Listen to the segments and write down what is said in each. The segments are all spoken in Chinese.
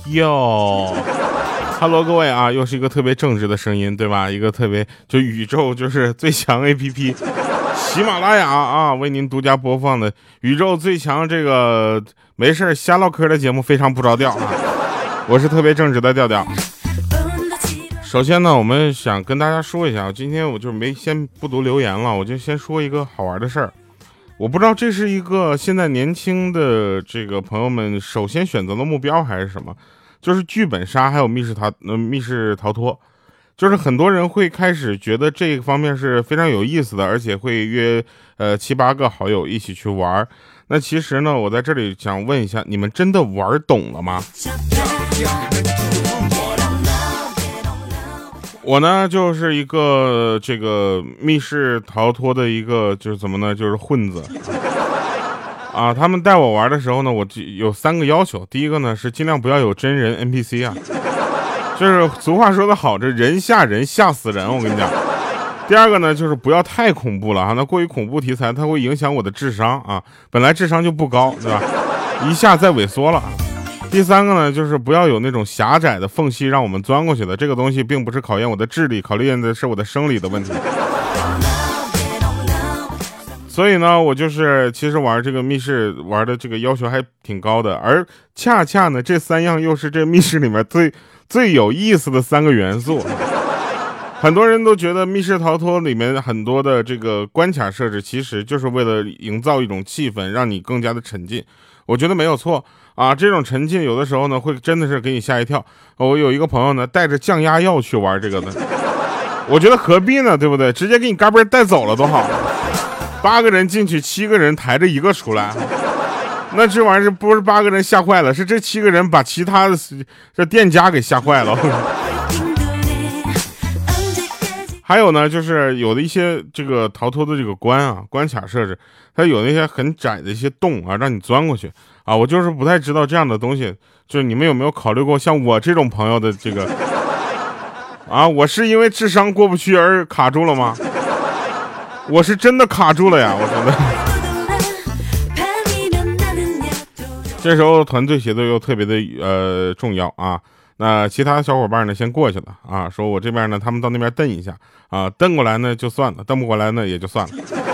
哟，Hello 各位啊，又是一个特别正直的声音，对吧？一个特别就宇宙就是最强 APP， 喜马拉雅啊，为您独家播放的宇宙最强这个没事瞎唠嗑的节目，非常不着调啊！我是特别正直的调调。首先呢，我们想跟大家说一下，今天我就先不读留言了，我就先说一个好玩的事儿。我不知道这是一个现在年轻的这个朋友们首先选择的目标还是什么，就是剧本杀还有密室逃脱，就是很多人会开始觉得这个方面是非常有意思的，而且会约7、8个好友一起去玩。那其实呢，我在这里想问一下，你们真的玩懂了吗？我呢就是一个这个密室逃脱的一个就是怎么呢，就是混子啊。他们带我玩的时候呢，我有3个要求。第一个呢是尽量不要有真人 NPC 啊，就是俗话说得好，这人吓人吓死人，我跟你讲。第二个呢就是不要太恐怖了啊，那过于恐怖题材它会影响我的智商啊，本来智商就不高，对吧？一下再萎缩了。第3个呢，就是不要有那种狭窄的缝隙让我们钻过去的，这个东西并不是考验我的智力，考验的是我的生理的问题。所以呢，我就是其实玩这个密室玩的这个要求还挺高的，而恰恰呢，这3样又是这密室里面最有意思的3个元素。很多人都觉得密室逃脱里面很多的这个关卡设置，其实就是为了营造一种气氛，让你更加的沉浸。我觉得没有错啊，这种沉浸有的时候呢会真的是给你吓一跳。我有一个朋友呢带着降压药去玩这个的，我觉得何必呢，对不对？直接给你嘎嘣带走了多好。8个人进去，7个人抬着1个出来，那这玩意儿不是8个人吓坏了，是这7个人把其他的这店家给吓坏了。还有呢，就是有的一些这个逃脱的这个关卡设置，它有那些很窄的一些洞啊，让你钻过去啊。我就是不太知道这样的东西，就是你们有没有考虑过像我这种朋友的这个啊？我是因为智商过不去而卡住了吗？我是真的卡住了呀，我真的。这时候团队协作又特别的重要啊。那其他小伙伴呢先过去了啊，说我这边呢他们到那边蹬一下啊，蹬过来呢就算了，蹬不过来呢也就算了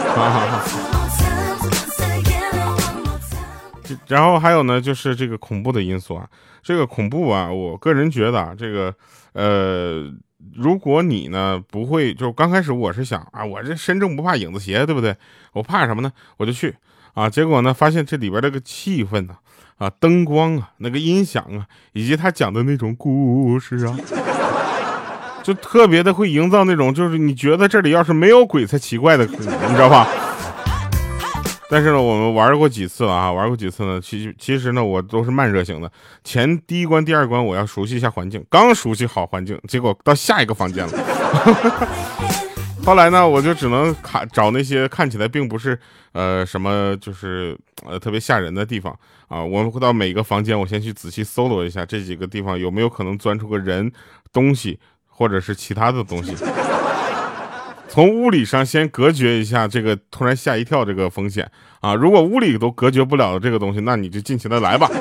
然后还有呢就是这个恐怖的因素啊，这个恐怖啊，我个人觉得啊，这个如果你呢不会，就刚开始我是想啊，我这身正不怕影子斜，对不对？我怕什么呢？我就去啊，结果呢发现这里边这个气氛呢啊，灯光啊，那个音响啊，以及他讲的那种故事啊，就特别的会营造那种，就是你觉得这里要是没有鬼才奇怪的，你知道吧？但是呢，我们玩过几次了啊，玩过几次呢，其实呢，我都是慢热型的。第1关、第2关我要熟悉一下环境，刚熟悉好环境，结果到下一个房间了。后来呢，我就只能找那些看起来并不是什么就是特别吓人的地方啊。我会到每个房间，我先去仔细搜罗一下这几个地方有没有可能钻出个人、东西或者是其他的东西。从物理上先隔绝一下这个突然吓一跳这个风险啊。如果物理都隔绝不了的这个东西，那你就尽情的来吧。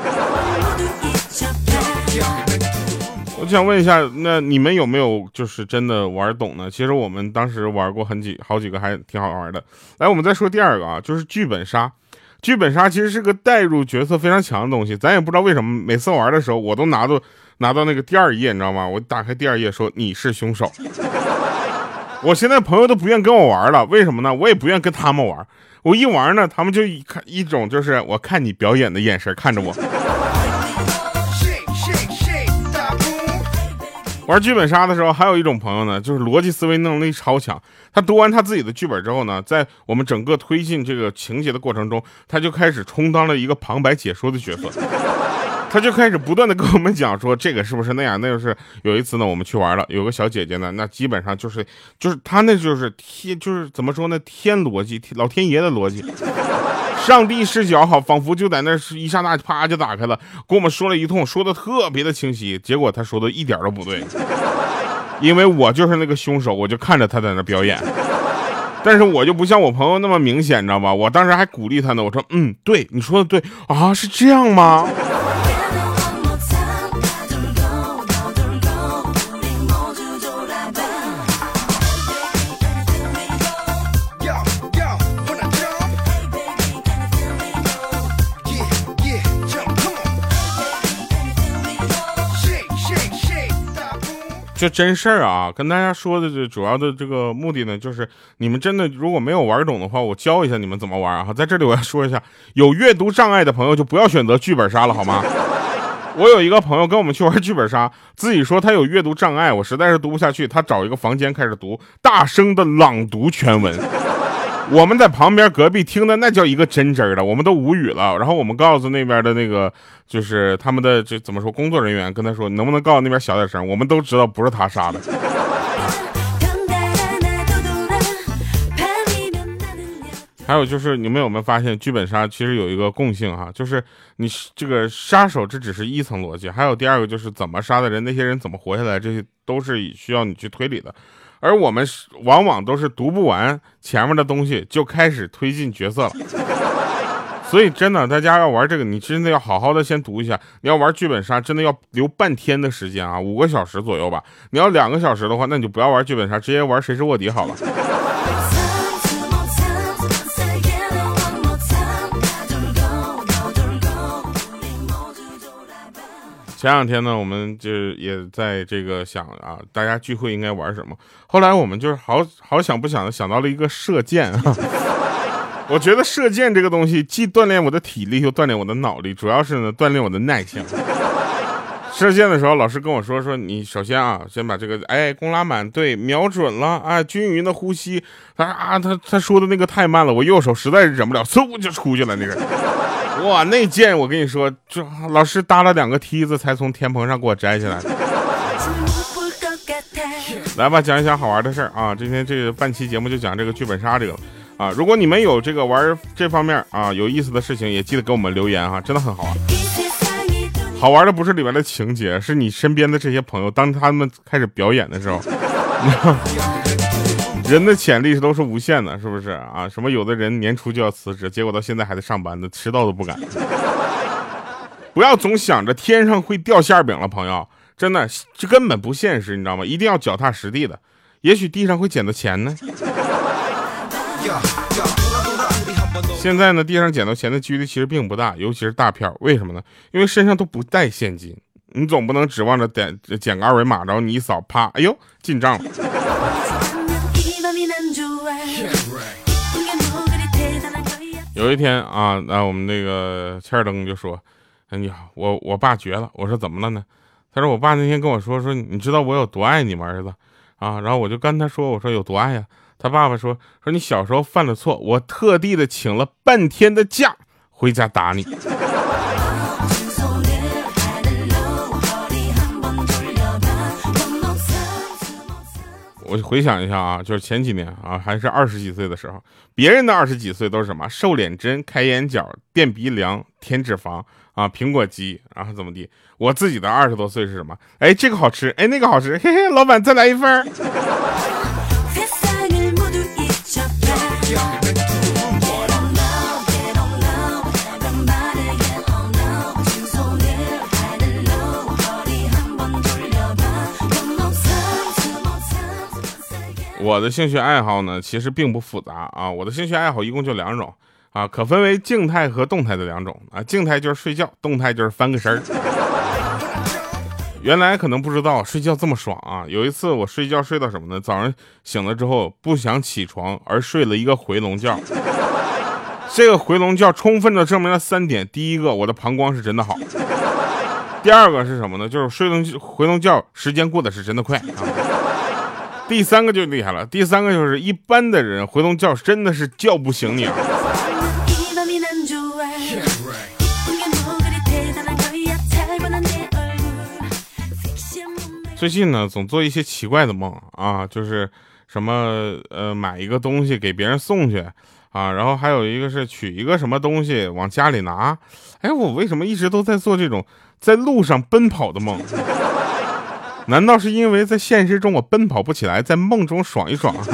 我想问一下，那你们有没有就是真的玩懂呢？其实我们当时玩过好几个还挺好玩的。来，我们再说第2个啊，就是剧本杀。剧本杀其实是个带入角色非常强的东西，咱也不知道为什么每次玩的时候我都拿到那个第2页，你知道吗？我打开第2页说你是凶手。我现在朋友都不愿跟我玩了，为什么呢？我也不愿跟他们玩。我一玩呢，他们就一种就是我看你表演的眼神看着我。玩剧本杀的时候，还有一种朋友呢，就是逻辑思维能力超强。他读完他自己的剧本之后呢，在我们整个推进这个情节的过程中，他就开始充当了一个旁白解说的角色。他就开始不断的跟我们讲说这个是不是那样，那就是有一次呢，我们去玩了，有个小姐姐呢，那基本上就是她那就是怎么说呢，天逻辑，老天爷的逻辑，上帝视角好，仿佛就在那一刹那啪就打开了，跟我们说了一通，说的特别的清晰，结果他说的一点都不对，因为我就是那个凶手，我就看着他在那表演。但是我就不像我朋友那么明显，你知道吧？我当时还鼓励他呢，我说对，你说的对啊，是这样吗？ 就真事儿啊，跟大家说的这主要的这个目的呢，就是你们真的如果没有玩懂的话，我教一下你们怎么玩啊。在这里我要说一下，有阅读障碍的朋友就不要选择剧本杀了，好吗？我有一个朋友跟我们去玩剧本杀，自己说他有阅读障碍，我实在是读不下去，他找一个房间开始读，大声的朗读全文。我们在旁边隔壁听的那叫一个真真的，我们都无语了。然后我们告诉那边的那个就是他们的这怎么说工作人员，跟他说能不能告诉那边小点声，我们都知道不是他杀的。还有就是你们有没有发现剧本杀其实有一个共性哈，就是你这个杀手这只是一层逻辑，还有第二个就是怎么杀的人，那些人怎么活下来，这些都是需要你去推理的。而我们往往都是读不完前面的东西就开始推进角色了，所以真的大家要玩这个，你真的要好好的先读一下。你要玩剧本杀真的要留半天的时间啊，5个小时左右吧。你要2个小时的话，那你就不要玩剧本杀，直接玩谁是卧底好了。前两天呢，我们就也在这个想啊，大家聚会应该玩什么？后来我们就是好想不想的想到了一个射箭啊。我觉得射箭这个东西既锻炼我的体力，又锻炼我的脑力，主要是呢锻炼我的耐性。射箭的时候，老师跟我说你首先啊，先把这个弓拉满，对，瞄准了啊，均匀的呼吸。他说的那个太慢了，我右手实在是忍不了，嗖就出去了那个。哇，那箭我跟你说，就老师搭了2个梯子才从天棚上给我摘下来。来吧，讲一讲好玩的事儿啊！今天这个半期节目就讲这个剧本杀这个啊。如果你们有这个玩这方面啊有意思的事情，也记得给我们留言哈，真的很好玩。好玩的不是里面的情节，是你身边的这些朋友，当他们开始表演的时候。人的潜力都是无限的，是不是啊？什么有的人年初就要辞职，结果到现在还在上班的，迟到都不敢。不要总想着天上会掉馅饼了，朋友，真的这根本不现实，你知道吗？一定要脚踏实地的，也许地上会捡到钱呢。现在呢，地上捡到钱的几率其实并不大，尤其是大票。为什么呢？因为身上都不带现金，你总不能指望着捡个2维码，然后你一扫，啪，哎呦，进账了。有一天啊，我们那个切尔登就说：“哎呀，我爸绝了。”我说：“怎么了呢？”他说：“我爸那天跟我说，你知道我有多爱你吗，儿子？”啊，然后我就跟他说：“我说有多爱呀？”他爸爸说：“你小时候犯了错，我特地的请了半天的假回家打你。”我回想一下啊，就是前几年啊，还是20几岁的时候，别人的20几岁都是什么？瘦脸针、开眼角、垫鼻梁、填脂肪啊，苹果肌，然后怎么地？我自己的20多岁是什么？哎，这个好吃，哎，那个好吃，嘿嘿，老板再来一份。我的兴趣爱好呢，其实并不复杂啊。我的兴趣爱好一共就2种啊，可分为静态和动态的2种啊。静态就是睡觉，动态就是翻个身儿。原来可能不知道睡觉这么爽啊。有一次我睡觉睡到什么呢？早上醒了之后不想起床，而睡了一个回笼觉。这个回笼觉充分的证明了3点：第一个，我的膀胱是真的好；第二个是什么呢？就是回笼觉时间过得是真的快啊。第3个就厉害了，第3个就是一般的人回笼觉真的是叫不醒你啊。最近呢，总做一些奇怪的梦啊，就是什么买一个东西给别人送去啊，然后还有一个是取一个什么东西往家里拿。哎，我为什么一直都在做这种在路上奔跑的梦？难道是因为在现实中我奔跑不起来，在梦中爽一爽？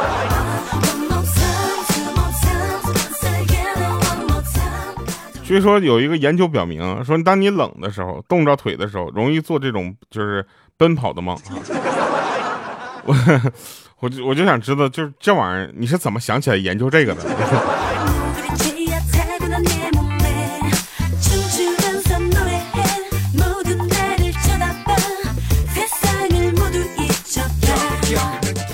据说有一个研究表明，说当你冷的时候，冻着腿的时候，容易做这种就是奔跑的梦啊。我就想知道，就是这玩意儿你是怎么想起来研究这个的？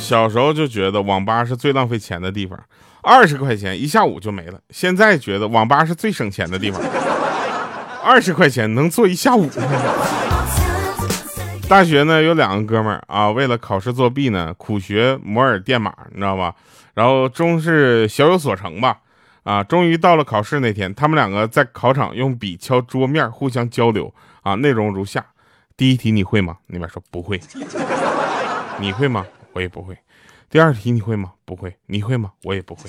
小时候就觉得网吧是最浪费钱的地方，20块钱一下午就没了。现在觉得网吧是最省钱的地方，20块钱能坐一下午。大学呢有2个哥们儿啊，为了考试作弊呢，苦学摩尔电码，你知道吧？然后终是小有所成吧。啊，终于到了考试那天，他们2个在考场用笔敲桌面，互相交流。啊，内容如下：第一题你会吗？那边说不会。你会吗？我也不会。第2题你会吗？不会。你会吗？我也不会。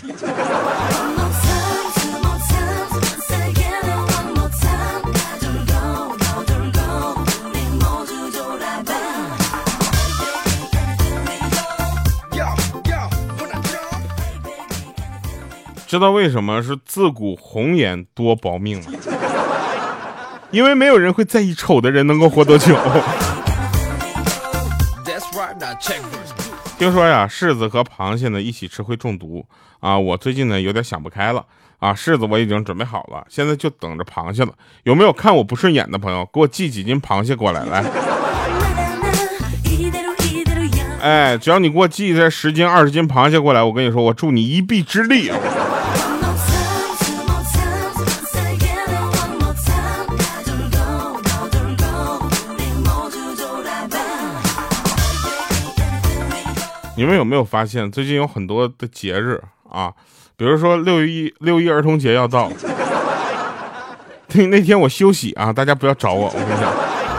知道为什么是自古红颜多薄命吗？因为没有人会在意丑的人能够活多久。听说呀，柿子和螃蟹呢一起吃会中毒啊！我最近呢有点想不开了啊！柿子我已经准备好了，现在就等着螃蟹了。有没有看我不顺眼的朋友，给我寄几斤螃蟹过来？来，哎，只要你给我寄这10斤、20斤螃蟹过来，我跟你说，我助你一臂之力啊！你们有没有发现最近有很多的节日啊，比如说6一儿童节要到，那天我休息啊，大家不要找我，我跟你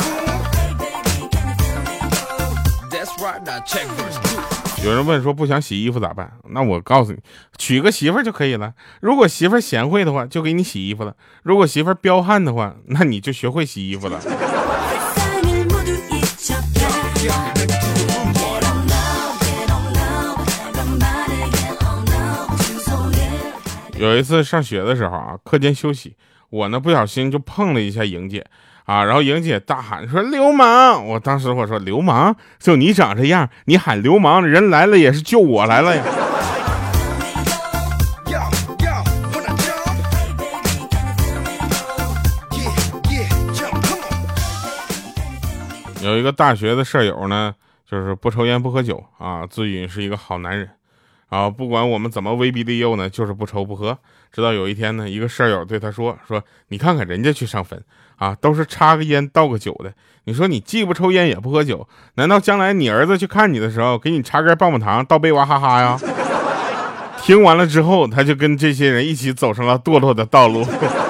讲。有人问说不想洗衣服咋办？那我告诉你，娶个媳妇就可以了。如果媳妇贤惠的话，就给你洗衣服了；如果媳妇彪悍的话，那你就学会洗衣服了。有一次上学的时候啊，课间休息，我呢不小心就碰了一下莹姐啊，然后莹姐大喊说流氓，我当时我说流氓，就你长这样，你喊流氓，人来了也是救我来了呀。有一个大学的舍友呢，就是不抽烟不喝酒啊，自诩是一个好男人。啊，不管我们怎么威逼利诱呢，就是不抽不喝。直到有一天呢，一个舍友对他说你看看人家去上坟啊，都是插个烟倒个酒的。你说你既不抽烟也不喝酒，难道将来你儿子去看你的时候，给你插根棒棒糖倒杯娃哈哈呀？听完了之后，他就跟这些人一起走上了堕落的道路。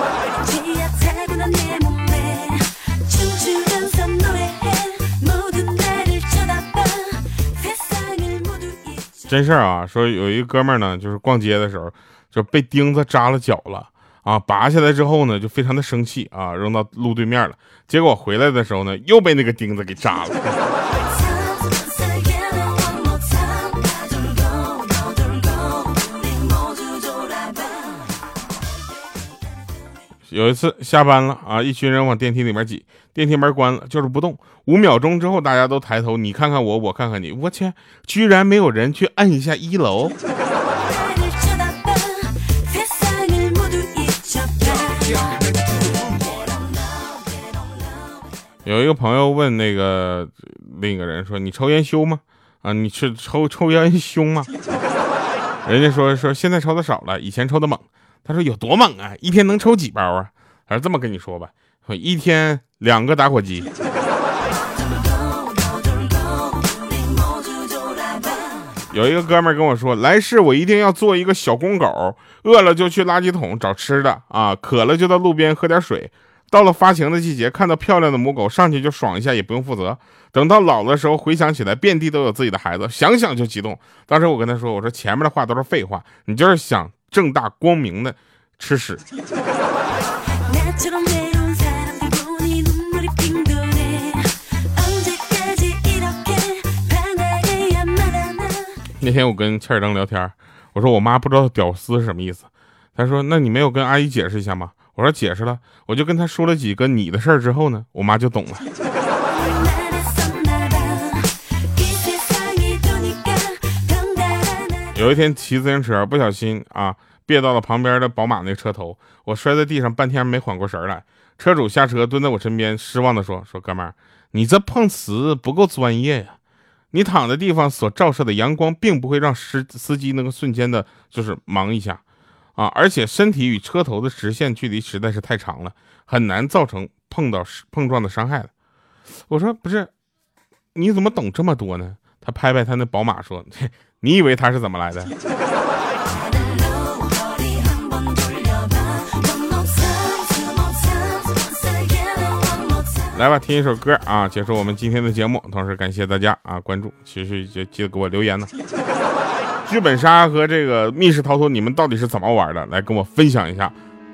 真事儿啊，说有一个哥们儿呢，就是逛街的时候就被钉子扎了脚了啊，拔下来之后呢，就非常的生气啊，扔到路对面了。结果回来的时候呢，又被那个钉子给扎了。有一次下班了啊，一群人往电梯里面挤，电梯门关了，就是不动。5秒钟之后，大家都抬头，你看看我，我看看你，我去，居然没有人去按一下1楼。有一个朋友问那个另一个人说：“你抽烟凶吗？啊，你是抽烟凶吗？”人家说现在抽的少了，以前抽的猛。他说有多猛啊？一天能抽几包啊？他说这么跟你说吧，一天2个打火机。有一个哥们儿跟我说，来世我一定要做一个小公狗，饿了就去垃圾桶找吃的啊，渴了就到路边喝点水。到了发情的季节，看到漂亮的母狗上去就爽一下，也不用负责。等到老的时候回想起来，遍地都有自己的孩子，想想就激动。当时我跟他说，我说前面的话都是废话，你就是想正大光明的吃屎。那天我跟切尔登聊天，我说我妈不知道屌丝是什么意思，他说那你没有跟阿姨解释一下吗？我说解释了，我就跟他说了几个你的事儿之后呢，我妈就懂了。有一天骑自行车不小心啊别到了旁边的宝马那车头，我摔在地上半天没缓过神来。车主下车蹲在我身边，失望的说哥们儿，你这碰瓷不够专业呀。 你躺的地方所照射的阳光并不会让司机那个瞬间的就是忙一下啊，而且身体与车头的直线距离实在是太长了，很难造成碰撞的伤害的。我说不是，你怎么懂这么多呢？他拍拍他那宝马说，你以为他是怎么来的？来吧，听一首歌啊，结束我们今天的节目。同时感谢大家啊关注，其实就记得给我留言呢。剧本杀和这个密室逃脱，你们到底是怎么玩的？来跟我分享一下。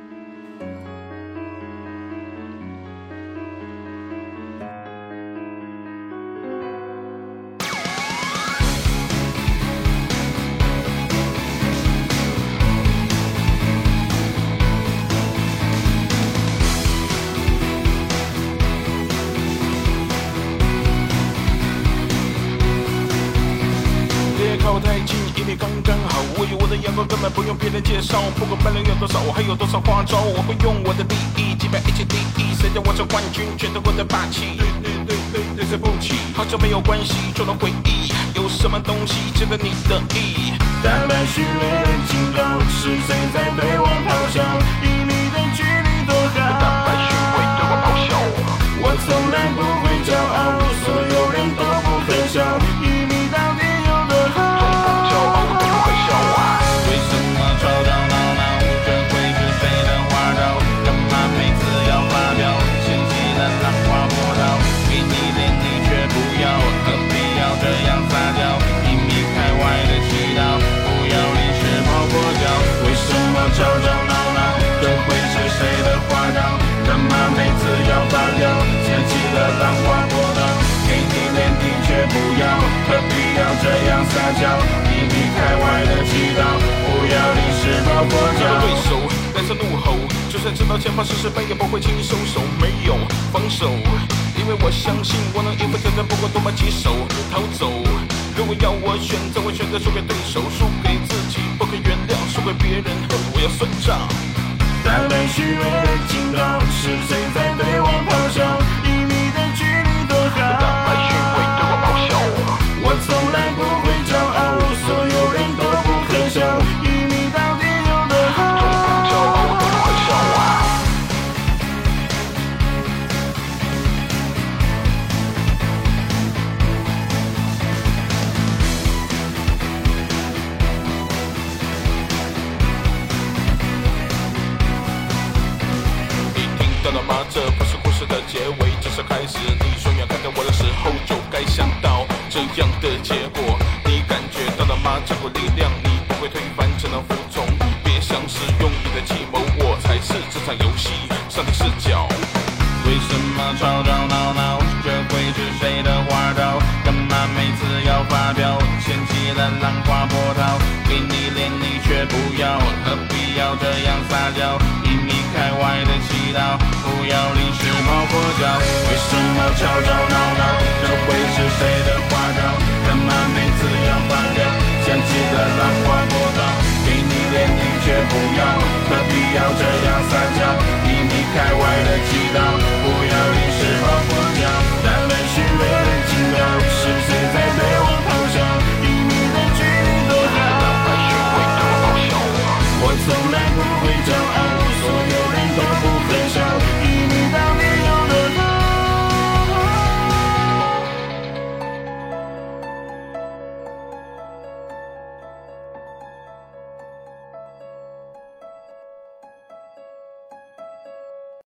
靠太近，因为刚刚好，我有我的阳光，根本不用别人介绍。不管本领有多少，还有多少花招，我会用我的利益击败一切敌意。谁叫我是冠军，全都我的霸气。对不起，好久没有关系，除了回忆，有什么东西值得你的意？大白虚伪的警告，是谁在对我咆哮？1米的距离多好？大白虚伪对我咆哮，我从来不会骄傲，所有人都不可笑。1米到底有多好？从不骄傲的不会笑啊！为什么吵吵闹闹？这会是谁的花招？干嘛每次要发飙？嫌弃的浪花波涛，给你脸你却不要，何必要这样撒娇？1米开外的祈祷，不要临时抱佛脚。为什么吵吵闹闹？这会是谁的花招？干嘛每次要发飙？嫌弃的浪花波涛，给你脸你却不要，何必要这样撒娇？1米开外的祈祷，不要临时抱佛脚。对手带着怒吼，就算知道前方是失败，也不会轻易收手，没有防守，因为我相信我能应付挑战，不管多么棘手，逃走。如果要我选择，我选择输给对手，输给自己，不可原谅，输给别人，我要算账。大白虚伪的警告，是谁在对我咆哮？1米的距离多好？大白虚伪对我咆哮，我从来不会骄傲，所有人都不可笑。1米到底有多好？从不骄傲的不会笑啊！知道吗？这不是故事的结尾，只是开始。你说远看着我的时候，就该想到这样的结果。你感觉到了吗？这股力量，你不会推翻，只能服从。别想使用你的计谋，我才是这场游戏上帝视角。为什么吵吵闹闹？这会是谁的花招？干嘛每次要发飙？嫌弃了浪花波涛，给你脸你却不要，何必要这样撒娇？1米开外的祈祷，不要临时抱佛脚。为什么吵吵闹闹？这会是谁的花招？干嘛每次要发飙？嫌弃的浪花波涛，给你脸你却不要，何必要这样撒娇？1米开外的祈祷，不要临时抱佛脚。大白虚伪的警告，是谁在对我咆哮？1米的距离多好？大白虚伪对我咆哮，我从来不会骄傲。